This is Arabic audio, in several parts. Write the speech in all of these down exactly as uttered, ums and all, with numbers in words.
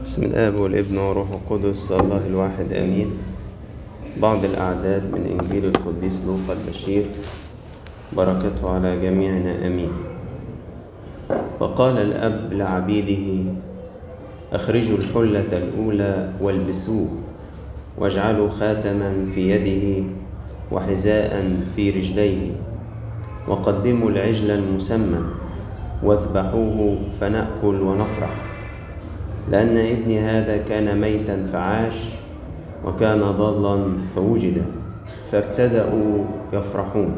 بسم الآب والابن وروح القدس الله الواحد آمين. بعض الأعداد من إنجيل القديس لوقا البشير، بركته على جميعنا آمين. وقال الأب لعبيده: أخرجوا الحلة الأولى والبسوه، واجعلوا خاتما في يده وحذاء في رجليه، وقدموا العجل المسمن واذبحوه فنأكل ونفرح، لأن ابني هذا كان ميتا فعاش وكان ضالا فوجد. فابتدأوا يفرحون.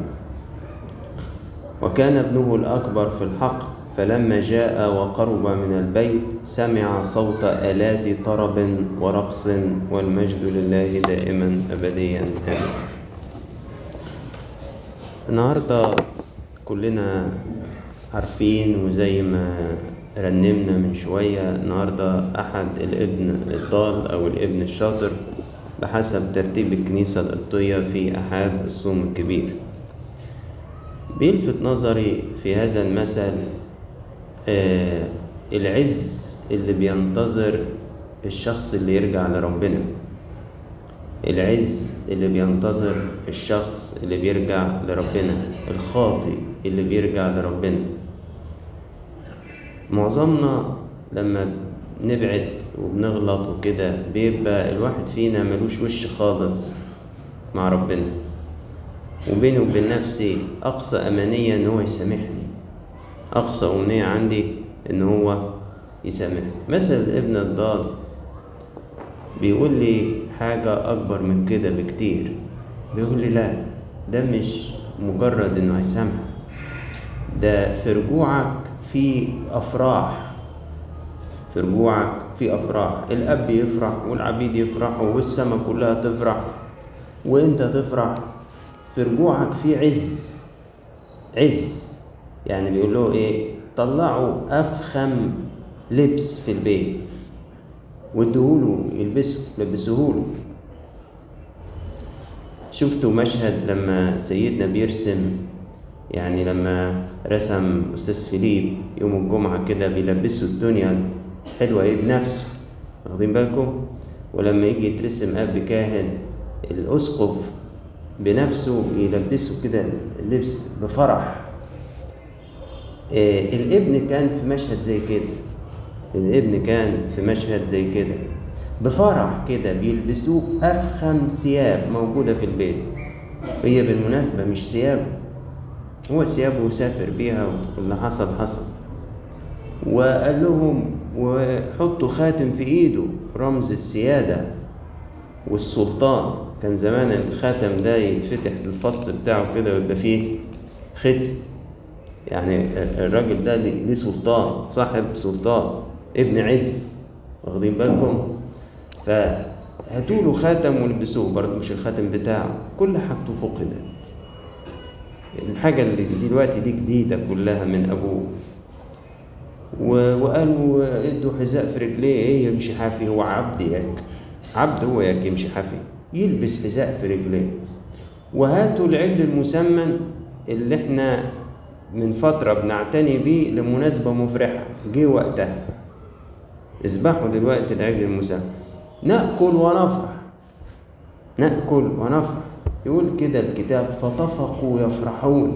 وكان ابنه الأكبر في الحقل، فلما جاء وقرب من البيت سمع صوت آلات طرب ورقص، والمجد لله دائما أبديا آمين. النهاردة كلنا عارفين، وزي ما رنمنا من شوية، النهاردة أحد الابن الضال أو الابن الشاطر بحسب ترتيب الكنيسة القبطية في أحد الصوم الكبير. بيلفت نظري في هذا المثل آه العز اللي بينتظر الشخص اللي يرجع لربنا، العز اللي بينتظر الشخص اللي بيرجع لربنا، الخاطئ اللي بيرجع لربنا. معظمنا لما بنبعد وبنغلط وكده بيبقى الواحد فينا ملوش وش خالص مع ربنا، وبيني وبين نفسي أقصى أمانية إن هو يسامحني، أقصى أمنية عندي إن هو يسامحني. مثل ابن الضال بيقول لي حاجة أكبر من كده بكتير. بيقول لي لا، ده مش مجرد إنه هيسامحك، ده في رجوعك في أفراح، في رجوعك في أفراح. الأب يفرح والعبيد يفرحوا والسماء كلها تفرح وإنت تفرح. في رجوعك في عز عز يعني بيقول له إيه؟ طلعوا أفخم لبس في البيت وادهوله يلبسه، لبسوهوله. شفتوا مشهد لما سيدنا بيرسم، يعني لما رسم أستاذ فيليب يوم الجمعة كده بيلبسوا الدنيا حلوة إيه بنفسه، واخدين بالكم؟ ولما يجي يترسم أب كاهن الأسقف بنفسه يلبسه كده اللبس بفرح. إيه الابن كان في مشهد زي كده، الابن كان في مشهد زي كده بفرح كده، بيلبسوه أفخم ثياب موجودة في البيت. هي بالمناسبة مش ثياب، هو ثيابه وسافر بيها واللي حصل حصل. وقال لهم وحطوا خاتم في ايده، رمز السيادة والسلطان. كان زمان الخاتم ده يتفتح الفص بتاعه كده ويبقى فيه ختم، يعني الراجل ده ليه سلطان، صاحب سلطان، ابن عز، واخدين بالكم؟ فهاتوا له خاتم ولبسوه، برضه مش الخاتم بتاعه، كل حاجته فقدت. الحاجة اللي دلوقتي دي جديدة كلها من أبوه. وقالوا ادوا حذاء في رجليه، ايه يمشي حافي؟ هو عبد ياك عبد هو ياك يمشي حافي؟ يلبس حذاء في رجليه. وهاتوا العجل المسمن اللي احنا من فترة بنعتني بيه لمناسبة مفرحة، جه وقتها، اذبحوا دلوقتي العجل المسمن، نأكل ونفرح، نأكل ونفرح. يقول كده الكتاب: فتفقوا يفرحون.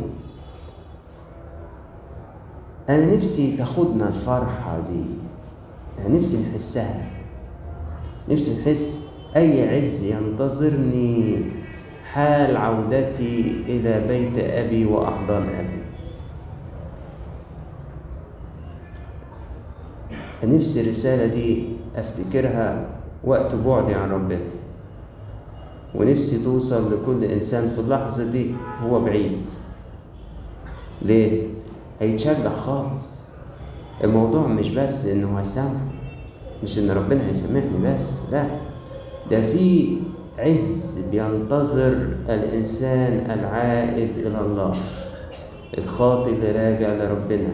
أنا نفسي تاخدنا الفرحة دي، يعني نفسي نحسها، نفسي نحس أي عز ينتظرني حال عودتي إلى بيت أبي وأحضان أبي. نفسي الرسالة دي أفتكرها وقت بعدي عن ربنا، ونفسي توصل لكل إنسان في اللحظة دي هو بعيد. ليه؟ هيتشجع خالص. الموضوع مش بس إنه هيسامح، مش إن ربنا هيسامحني بس، لا، ده في عز بينتظر الإنسان العائد إلى الله، الخاطئ اللي راجع لربنا.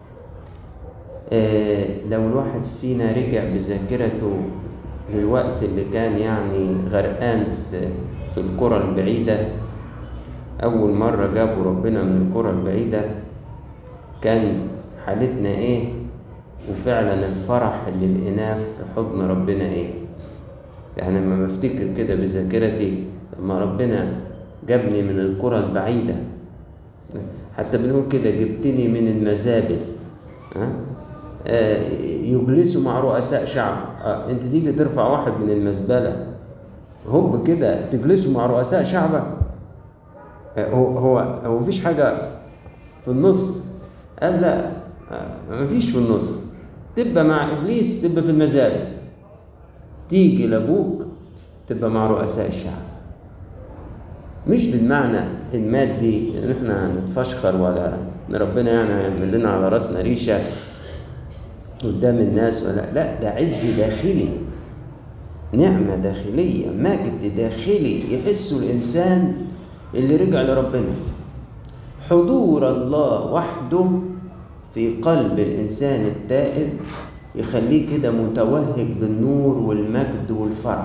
آه لو الواحد فينا رجع بذاكرته للوقت اللي كان يعني غرقان في, في القرى البعيدة، أول مرة جابوا ربنا من القرى البعيدة، كان حالتنا إيه؟ وفعلا الفرح اللي لقيناه في حضن ربنا ايه. يعني لما بفتكر كده بذاكرتي لما ربنا جابني من القرى البعيدة، حتى بنقول كده جبتني من المزابل، ها؟ آه يجلسوا مع رؤساء شعب. آه انت تيجي ترفع واحد من المزبلة هوب كده تجلسوا مع رؤساء شعبك. آه هو هو هو مفيش حاجة في النص. قال لا، آه مفيش في النص. تبقى مع إبليس تبقى في المزابل، تيجي لأبوك تبقى مع رؤساء الشعب. مش بالمعنى المادي ان احنا نتفشخر ولا ان ربنا يعني يعمل لنا على راسنا ريشه قدام الناس، ولا لا، ده عز داخلي، نعمه داخليه، مجد داخلي يحسه الانسان اللي رجع لربنا. حضور الله وحده في قلب الانسان التائب يخليه كده متوهج بالنور والمجد والفرح.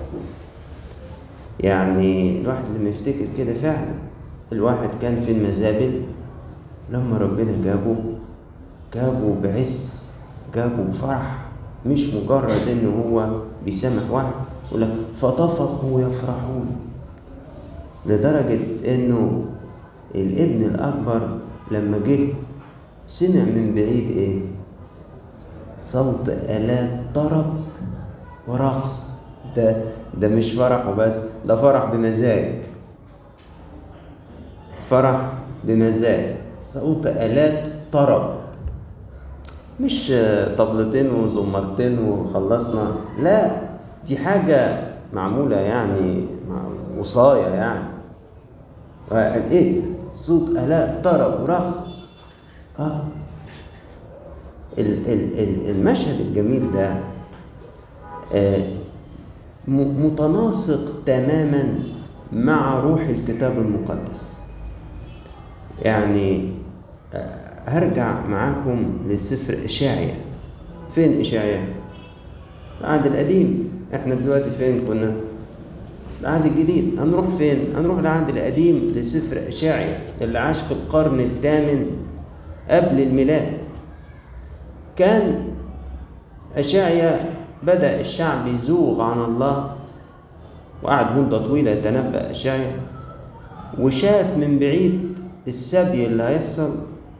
يعني الواحد لما يفتكر كده فعلا الواحد كان في المزابل، لما ربنا جابه جابه بعز، جابه بفرح، مش مجرد انه هو بيسامح واحد ولا فطفقوا يفرحون. لدرجة انه الابن الاكبر لما جه سمع من بعيد ايه؟ صوت آلات طرب ورقص. ده ده مش فرح وبس، ده فرح بمزاج، فرح بمزاج. صوت آلات طرب، مش طبلتين وزمرتين وخلصنا، لا، دي حاجة معمولة يعني وصاية يعني. ايه؟ صوت آلات طرب ورقص. اه المشهد الجميل ده آه متناسق تماما مع روح الكتاب المقدس. يعني هرجع معاكم للسفر إشعيا. فين إشعيا؟ العهد القديم. احنا دلوقتي فين كنا؟ العهد الجديد. هنروح فين؟ هنروح العهد القديم لسفر إشعيا اللي عاش في القرن الثامن قبل الميلاد. كان إشعيا بدأ الشعب يزوغ عن الله، وقعد مدة طويلة يتنبأ إشعيا، وشاف من بعيد السبي اللي هيحصل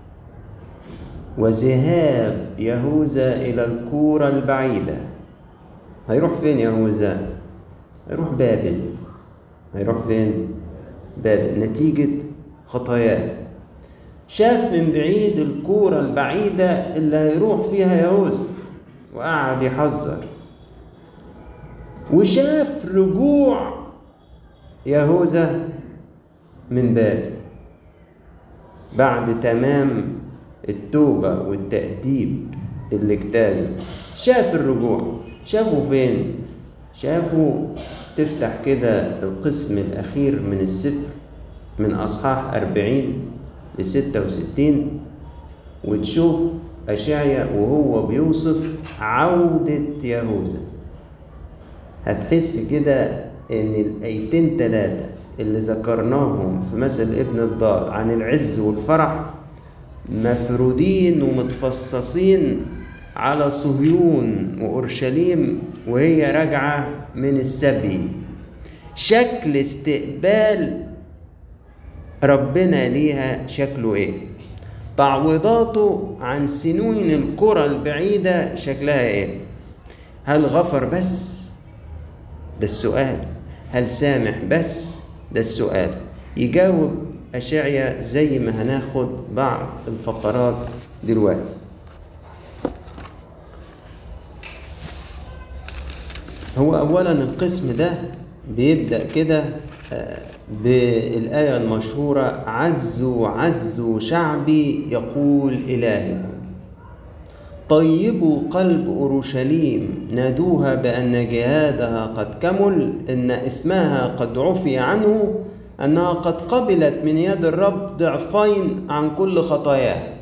وذهاب يهوذا إلى الكورة البعيدة. هيروح فين يهوذا؟ هيروح بابل. هيروح فين؟ بابل، نتيجة خطاياه. شاف من بعيد الكورة البعيدة اللي هيروح فيها يهوذا وقعد يحذر. وشاف رجوع يهوذا من بابل بعد تمام التوبة والتأديب اللي اجتازه. شاف الرجوع. شافوا فين؟ شافوا، تفتح كده القسم الأخير من السفر من أصحاح أربعين لستة وستين وتشوف أشعيا وهو بيوصف عودة يهوذا. هتحس كده ان الايتين ثلاثة اللي ذكرناهم في مثل ابن الضال عن العز والفرح مفرودين ومتفصصين على صهيون وأورشليم وهي راجعة من السبي. شكل استقبال ربنا ليها شكله ايه؟ تعويضاته عن سنين القرى البعيدة شكلها ايه؟ هل غفر بس؟ ده السؤال. هل سامح بس؟ ده السؤال. يجاوب أشعيا زي ما هناخد بعض الفقرات دلوقتي. هو أولا القسم ده بيبدأ كده بالآية المشهورة: عزوا عزوا شعبي يقول إلهكم، طيبوا قلب أورشليم، نادوها بأن جهادها قد كمل، إن إثمها قد عفي عنه، أنها قد قبلت من يد الرب ضعفين عن كل خطاياها.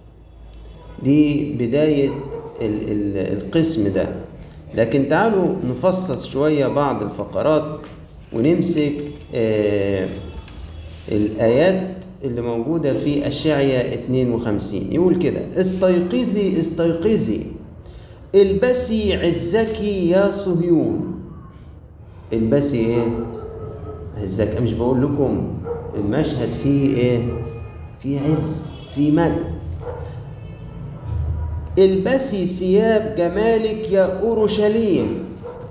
دي بداية القسم ده. لكن تعالوا نفصص شوية بعض الفقرات ونمسك آه الآيات اللي موجودة في أشعياء اتنين وخمسين. يقول كده: استيقظي استيقظي البسي عزك يا صهيون. البسي ايه؟ عزك. مش بقول لكم المشهد فيه ايه؟ فيه عز، فيه مجد. البسي ثياب جمالك يا أورشليم.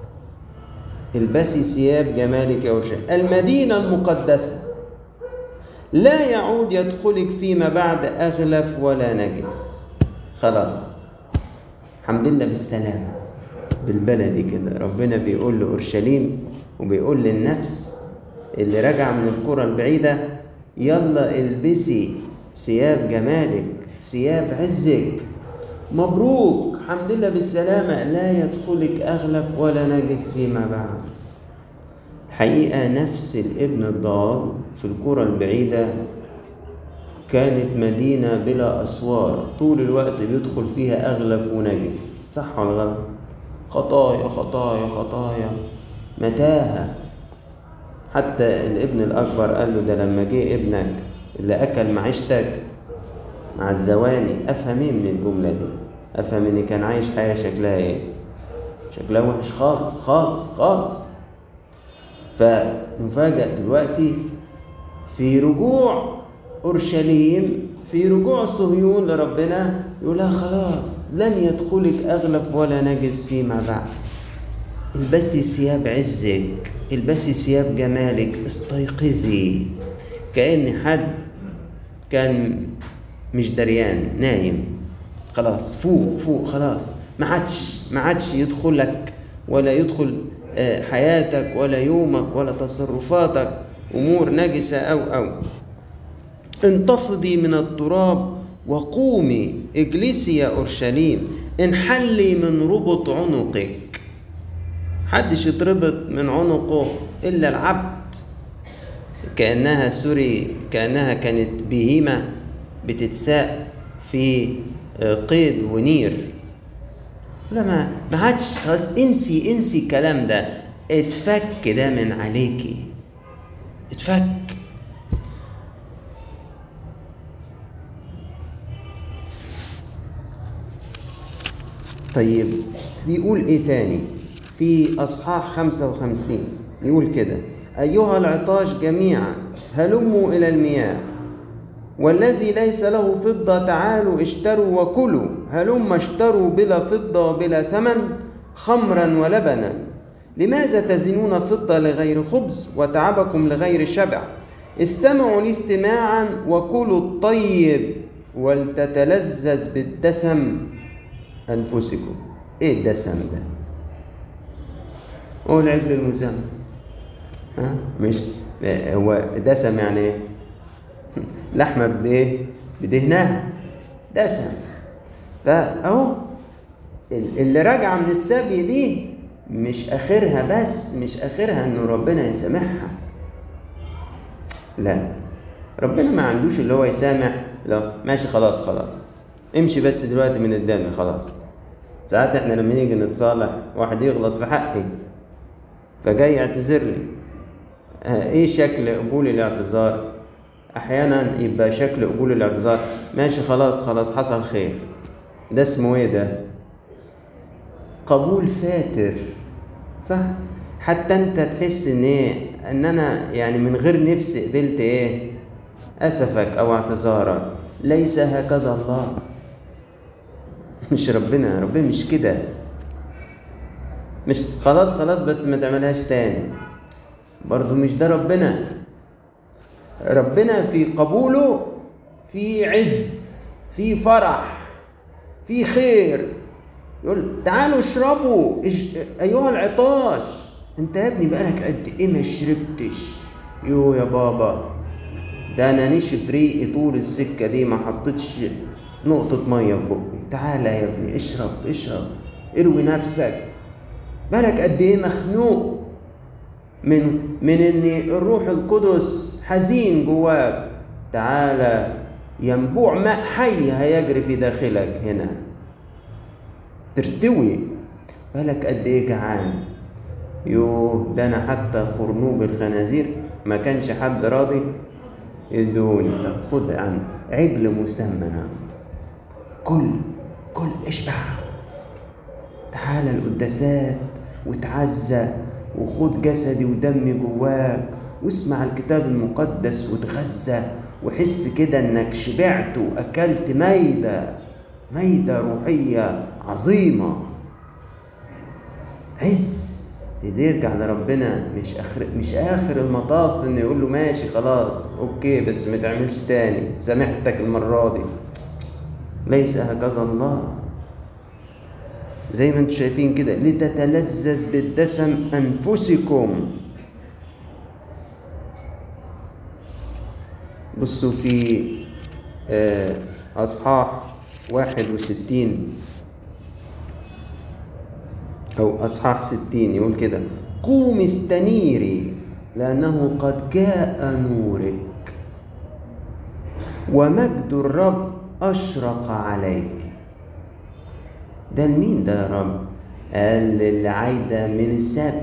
البسي ثياب جمالك يا أورشليم المدينة المقدسة، لا يعود يدخلك فيما بعد أغلف ولا نجس. خلاص، الحمد لله بالسلامة. بالبلدي كده ربنا بيقول لأورشليم وبيقول للنفس اللي راجعة من القرى البعيدة: يلا البسي ثياب جمالك، ثياب عزك، مبروك، الحمد لله بالسلامة، لا يدخلك أغلف ولا نجس فيما بعد. الحقيقة نفس الابن الضال في القرى البعيدة كانت مدينة بلا أسوار، طول الوقت بيدخل فيها أغلف ونجس. صح ولا غلط؟ خطايا خطايا خطايا، متاهة. حتى الابن الأكبر قال له: ده لما جه ابنك اللي أكل معيشتك مع الزواني، أفهم إيه من الجملة دي؟ أفهم إن كان عايش حياة شكلها إيه؟ شكلها وحش خالص خالص خالص. فنفاجأ دلوقتي في رجوع أورشليم، في رجوع صهيون لربنا، يقولها: خلاص لن يدخلك أغلف ولا نجس فيما بعد. البسي ثياب عزك، البسي ثياب جمالك، استيقظي. كأن حد كان مش دريان، نايم. خلاص فوق فوق، خلاص ما عادش ما عادش يدخلك ولا يدخل حياتك ولا يومك ولا تصرفاتك أمور نجسة أو أو انتفضي من التراب وقومي، اجلسي يا أورشليم، انحلي من ربط عنقك. حدش يتربط من عنقه إلا العبد. كأنها سوري كأنها كانت بهيمة بتتساق في قيد ونير. لما ما عادش، خلاص انسي انسي الكلام ده، اتفك ده من عليكي، اتفك. طيب بيقول ايه تاني في اصحاح خمسة وخمسين؟ يقول كده: ايها العطاش جميعا هلموا الى المياه، والذي ليس له فضة تعالوا اشتروا وكلوا. هلم اشتروا بلا فضة بلا ثمن خمرا ولبنا. لماذا تزنون فضة لغير خبز وتعبكم لغير شبع؟ استمعوا لي استماعا وكلوا الطيب ولتتلذذ بالدسم أنفسكم. ايه الدسم ده؟ هو العجل المسمى. ها مش هو دسم يعني ايه؟ لحمة بايه؟ بدهنها دسم. فاهو اللي راجعة من السبي دي مش اخرها، بس مش اخرها انه ربنا يسامحها. لا، ربنا ما عندوش اللي هو يسامح. لا ماشي خلاص خلاص امشي بس دلوقتي من قدامي خلاص. ساعات احنا لما نيجي نتصالح واحد يغلط في حقي فجاي يعتذر لي، ايه شكل قبول الاعتذار؟ احيانا يبقى شكل قبول الاعتذار ماشي خلاص خلاص حصل خير. ده اسمه ايه ده؟ قبول فاتر. صح؟ حتى انت تحس ان ايه، ان انا يعني من غير نفس قبلت ايه اسفك او اعتذارك. ليس هكذا الله. مش ربنا ربنا مش كده. مش خلاص خلاص بس ما تعملهاش تاني، برضو مش ده ربنا. ربنا في قبوله في عز، في فرح، في خير. يقول تعالوا اشربوا ايها العطاش. انت يا ابني بقالك قد ايه ما شربتش؟ يو يا بابا ده انا نشف ريقي طول السكه دي ما حطيتش نقطه ميه في بقي. تعالى يا ابني اشرب اشرب، اروي نفسك. بقالك قد ايه مخنوق من من ان الروح القدس حزين جواك. تعالى ينبوع ماء حي هيجري في داخلك هنا ترتوي. بالك قد ايه جعان؟ يوه ده انا حتى خرنوب الخنازير ما كانش حد راضي يدوني. طب خد عن عجل مسمن، كل كل اشبع، تعال القداسات وتعزى وخد جسدي ودمي جواك واسمع الكتاب المقدس وتغذى وحس كده انك شبعت واكلت مايدة مايدة روحية عظيمة. عز اللي يرجع لربنا مش اخر مش اخر المطاف انه يقول له ماشي خلاص اوكي بس ما تعملش تاني، سامحتك المرة دي. ليس هكذا الله. زي ما انتم شايفين كده، لتتلذذ بالدسم انفسكم. بصوا في اصحاح واحد وستين او اصحاح ستين يقول كده: قوم استنيري لانه قد جاء نورك ومجد الرب اشرق عليك. ده مين ده يا رب؟ قال اللي عايدة من السبت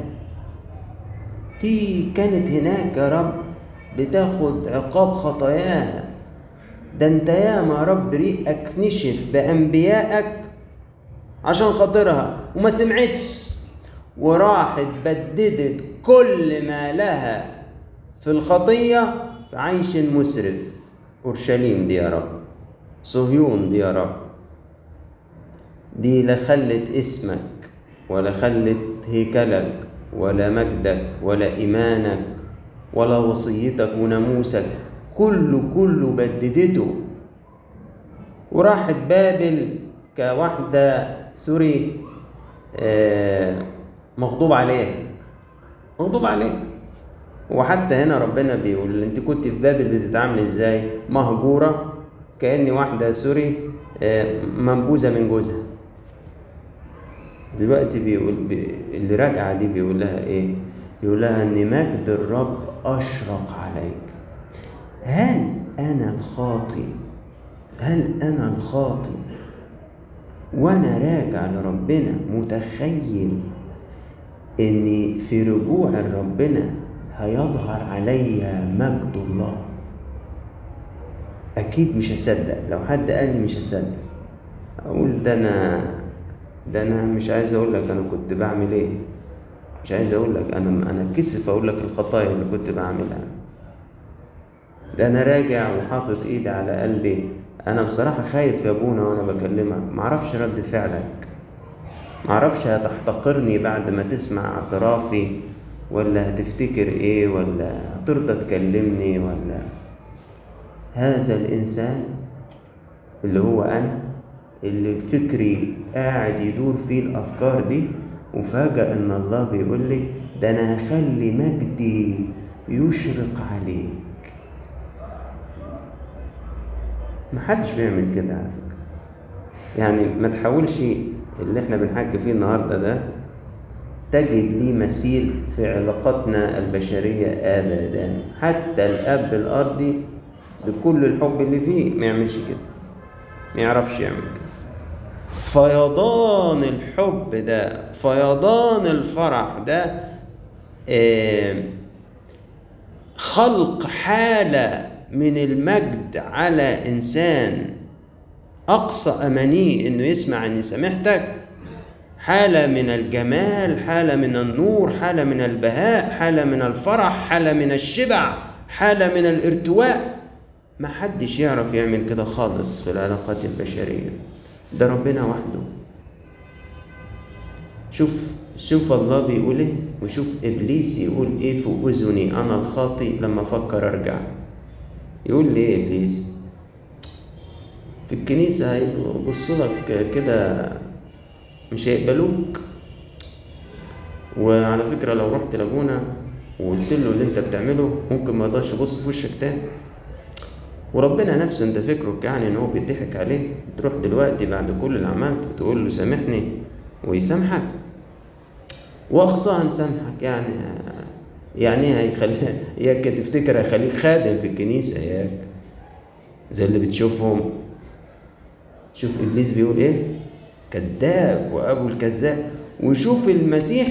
دي كانت هناك يا رب بتاخد عقاب خطاياها. ده انت يا ما رب ريقك نشف بأنبيائك عشان خاطرها وما سمعتش، وراحت بددت كل ما لها في الخطية في عيش مسرف. أورشليم دي يا رب، صهيون دي يا رب، دي لا خلت اسمك ولا خلت هيكلك ولا مجدك ولا إيمانك ولا وصيتك وناموسك، كله كله بددته. وراحت بابل كواحدة سوري آه مغضوب عليه مغضوب عليه. وحتى هنا ربنا بيقول انت كنت في بابل بتتعامل ازاي؟ مهجورة، كأني واحدة سوري آه منبوذة من جوزها. دلوقتي بيقول بي اللي راجعة دي بيقول لها ايه؟ يقول لها ان مجد الرب اشرق عليك. هل انا الخاطئ هل انا الخاطئ وانا راجع لربنا متخيل ان في رجوع ربنا هيظهر عليا مجد الله؟ اكيد مش هصدق. لو حد قال لي مش هصدق، اقول ده انا ده انا مش عايز اقول لك انا كنت بعمل ايه، مش عايز اقول لك انا انا كسف اقول لك الخطايا اللي كنت بعملها. ده انا راجع وحاطط ايدي على قلبي. انا بصراحه خايف يا ابونا وانا بكلمك، معرفش رد فعلك، معرفش هتحتقرني بعد ما تسمع اعترافي ولا هتفتكر ايه ولا هترضى تكلمني. ولا هذا الانسان اللي هو انا اللي فكري قاعد يدور فيه الافكار دي، وفجأة ان الله بيقول لي ده انا هخلي مجدي يشرق عليك. محدش بيعمل كده على فكرة. يعني ما تحاولش اللي احنا بنحكي فيه النهاردة ده تجد ليه مثيل في علاقاتنا البشرية ابدا. حتى الاب الارضي بكل الحب اللي فيه ما يعملش كده، ما يعرفش يعمل كده. فيضان الحب ده، فيضان الفرح ده، اه خلق حالة من المجد على إنسان أقصى أمانيه إنه يسمع إني سامحتك. حالة من الجمال، حالة من النور، حالة من البهاء، حالة من الفرح، حالة من الشبع، حالة من الارتواء. ما حدش يعرف يعمل كده خالص في العلاقات البشرية، ده ربنا وحده. شوف شوف الله بيقول ايه، وشوف إبليس يقول ايه في أذني أنا الخاطئ لما أفكر أرجع. يقول لي ايه إبليس؟ في الكنيسة هيبصوا لك كده مش هيقبلوك. وعلى فكرة لو رحت لابونا وقلت له اللي انت بتعمله ممكن ما يقدرش يبص في وشك تاني. وربنا نفسه انت فكرك يعني ان هو بيضحك عليه؟ تروح دلوقتي بعد كل اللي عملته وتقول له سامحني ويسامحك؟ واقصى هنسامحك يعني يعني هيخلي ياك تفتكر هيخليك خادم في الكنيسة ياك زي اللي بتشوفهم؟ شوف إبليس بيقول إيه؟ كذاب وأبو الكذاب. وشوف المسيح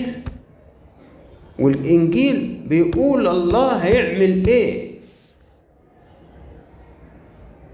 والإنجيل بيقول الله هيعمل إيه.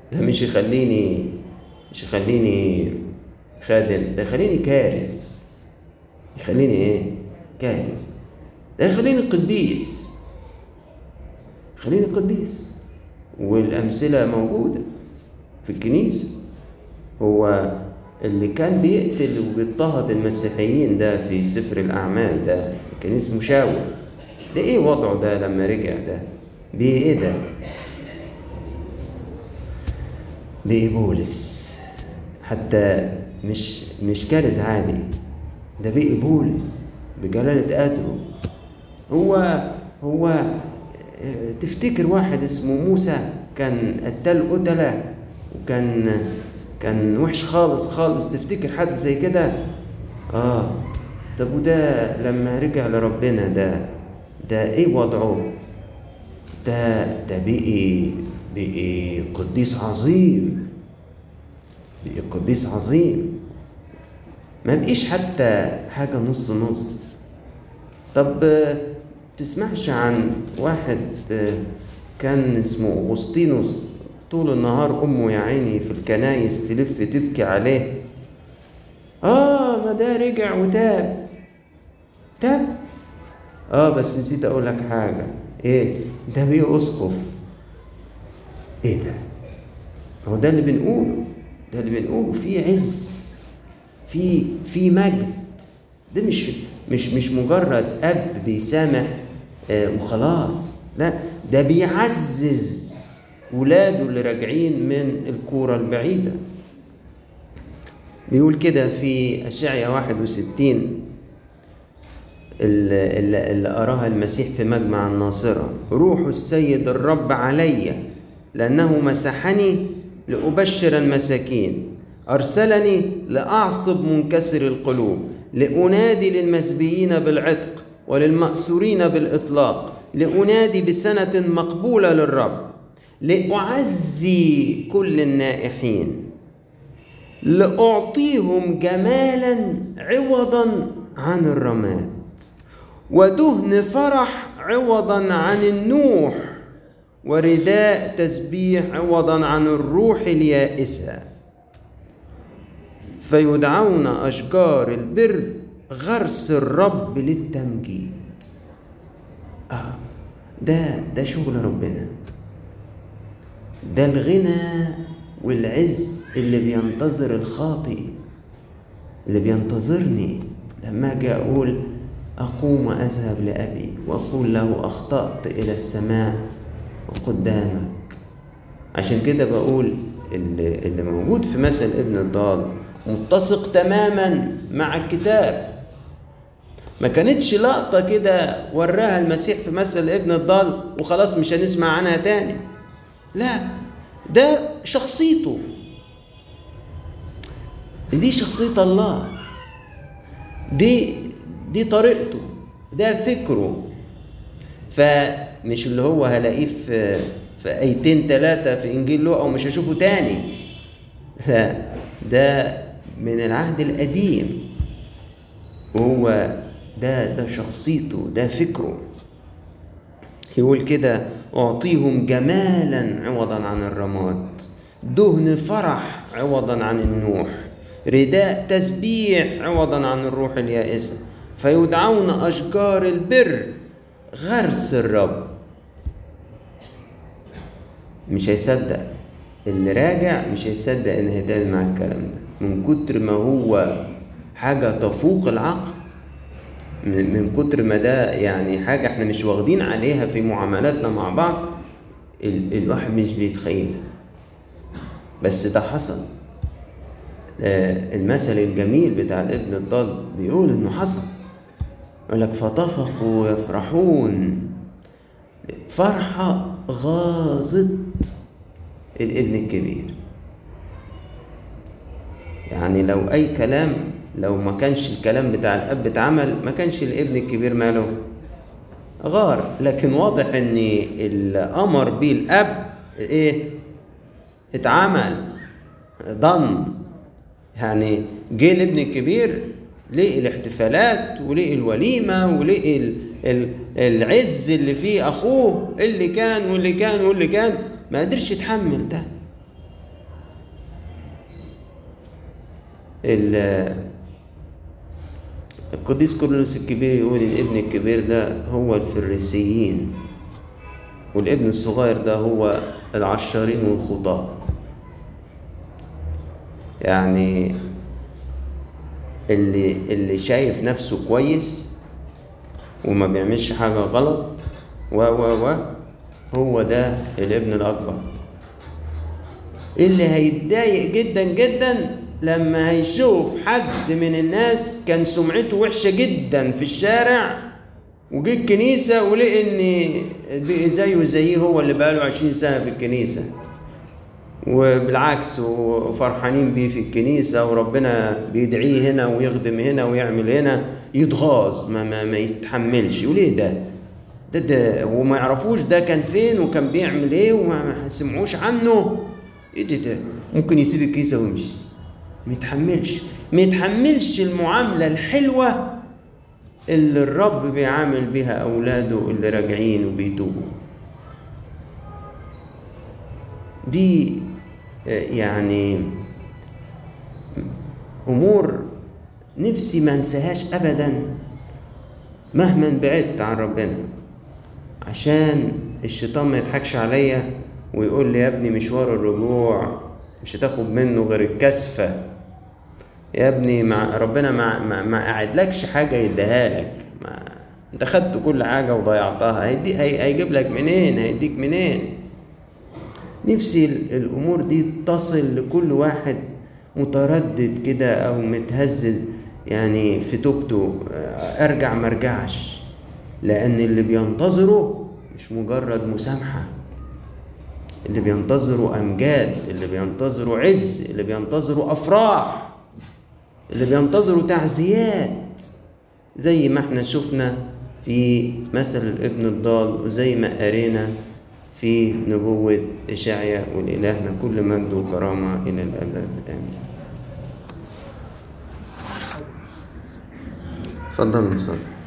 ده مش يخليني مش يخليني خادم، ده يخليني كارث. يخليني ايه؟ كارث. ده يخليني قديس، يخليني قديس. والأمثلة موجودة في الكنيسة. هو اللي كان بيقتل وبيضطهد المسيحيين ده في سفر الأعمال ده كان اسمه شاول. ده ايه وضعه ده لما رجع؟ ده بيه ايه ده؟ بيه بولس. حتى مش مش كارث عادي، ده بيه بولس بجلالة قدره. هو هو تفتكر واحد اسمه موسى كان قتال قتلة وكان كان وحش خالص خالص؟ تفتكر حد زي كده؟ اه طب وده لما رجع لربنا ده ده ايه وضعه؟ ده ده بقي بقي قديس عظيم، بقي قديس عظيم. ما بقيش حتى حاجة نص نص. طب تسمعش عن واحد كان اسمه أغسطينوس طول النهار أمه يا عيني في الكنايس تلف تبكي عليه؟ آه ما ده رجع وتاب. تاب؟ آه بس نسيت أقول لك حاجة. إيه؟ ده بيه أسقف. إيه ده؟ هو ده اللي بنقوله، ده اللي بنقوله في عز، في في مجد. ده مش مش مش مجرد أب بيسامح آه وخلاص، لا ده بيعزز ولاده اللي راجعين من الكورة البعيدة. بيقول كده في أشعياء واحد وستين اللي, اللي أراها المسيح في مجمع الناصرة: روح السيد الرب علي لأنه مسحني لأبشر المساكين، أرسلني لأعصب منكسر القلوب، لأنادي للمسبيين بالعتق وللمأسورين بالإطلاق، لأنادي بسنة مقبولة للرب، لأعزي كل النائحين، لأعطيهم جمالا عوضا عن الرماد، ودهن فرح عوضا عن النوح، ورداء تسبيح عوضا عن الروح اليائسة، فيدعون أشجار البر غرس الرب للتمجيد. آه ده ده شغل ربنا، ده الغنى والعز اللي بينتظر الخاطئ، اللي بينتظرني لما أجي أقول أقوم وأذهب لأبي وأقول له أخطأت إلى السماء وقدامك. عشان كده بقول اللي, اللي موجود في مثل ابن الضال متسق تماما مع الكتاب. ما كانتش لقطة كده وراها المسيح في مثل ابن الضال وخلاص مش هنسمع عنها تاني، لا ده شخصيته، دي شخصية الله، دي دي طريقته، ده فكره. فمش اللي هو هلاقيه في في ايتين ثلاثة في انجيل لوقا ومش هشوفه تاني، لا ده من العهد القديم، وهو ده ده شخصيته، ده فكره. يقول كده: أعطيهم جمالا عوضا عن الرماد، دهن فرح عوضا عن النوح، رداء تسبيح عوضا عن الروح اليائسة، فيدعون أشجار البر غرس الرب. مش هيصدق اللي راجع، مش هيصدق ان هيتعمل مع الكلام ده من كتر ما هو حاجة تفوق العقل، من كتر ما ده يعني حاجة احنا مش واخدين عليها في معاملاتنا مع بعض. الواحد مش بيتخيلها، بس ده حصل. المثل الجميل بتاع الابن الضال بيقول انه حصل، يقول لك: فتفقوا يفرحون فرحة غاضت الابن الكبير. يعني لو اي كلام، لو ما كانش الكلام بتاع الاب اتعمل ما كانش الابن الكبير ماله غار، لكن واضح ان الامر بيه الاب ايه اتعمل ضن. يعني جه الابن الكبير لقي الاحتفالات ولقي الوليمه ولقي العز اللي فيه اخوه اللي كان واللي كان واللي كان، ما قدرش يتحمل ده، القديس كورنثوس الكبير يقول الابن الكبير ده هو الفريسيين، والابن الصغير ده هو العشارين والخطاة. يعني اللي اللي شايف نفسه كويس وما بيعملش حاجة غلط و و و هو ده الابن الأكبر. اللي هيتضايق جدا جدا لما هيشوف حد من الناس كان سمعته وحشة جدا في الشارع وجي الكنيسة ولقى ان بقي زيه زيه هو اللي بقاله عشرين سنة في الكنيسة، وبالعكس وفرحانين بيه في الكنيسة وربنا بيدعيه هنا ويخدم هنا ويعمل هنا، يتغاظ ما, ما, ما يتحملش، يقول ايه ده ده ده وما يعرفوش ده كان فين وكان بيعمل ايه وما سمعوش عنه. ايه ده ده ممكن يسيب الكنيسة ويمشي، ما يتحملش ما يتحملش المعاملة الحلوة اللي الرب بيعامل بها أولاده اللي راجعين وبيتوبوا. دي يعني أمور نفسي ما انساهاش أبدا مهما بعدت عن ربنا، عشان الشيطان ما يضحكش عليا ويقول لي يا ابني مشوار الرجوع مش هتاخد منه غير الكسفة، يا ابني مع ربنا ما ما, ما قعدلكش حاجة يديها لك، ما انت خدت كل حاجة وضيعتها، هيدي هي هيجيب لك منين، هيديك منين؟ نفسي الأمور دي تصل لكل واحد متردد كده أو متهزز يعني في توبته، أرجع مرجعش، لأن اللي بينتظره مش مجرد مسامحة، اللي بينتظروا أمجاد، اللي بينتظروا عز، اللي بينتظروا أفراح، اللي بينتظروا تعزيات، زي ما احنا شفنا في مثل الابن الضال وزي ما قرينا في نبوة إشعيا. ولإلهنا كل مجد وكرامة إلى الأبد آمين. اتفضل نصلي.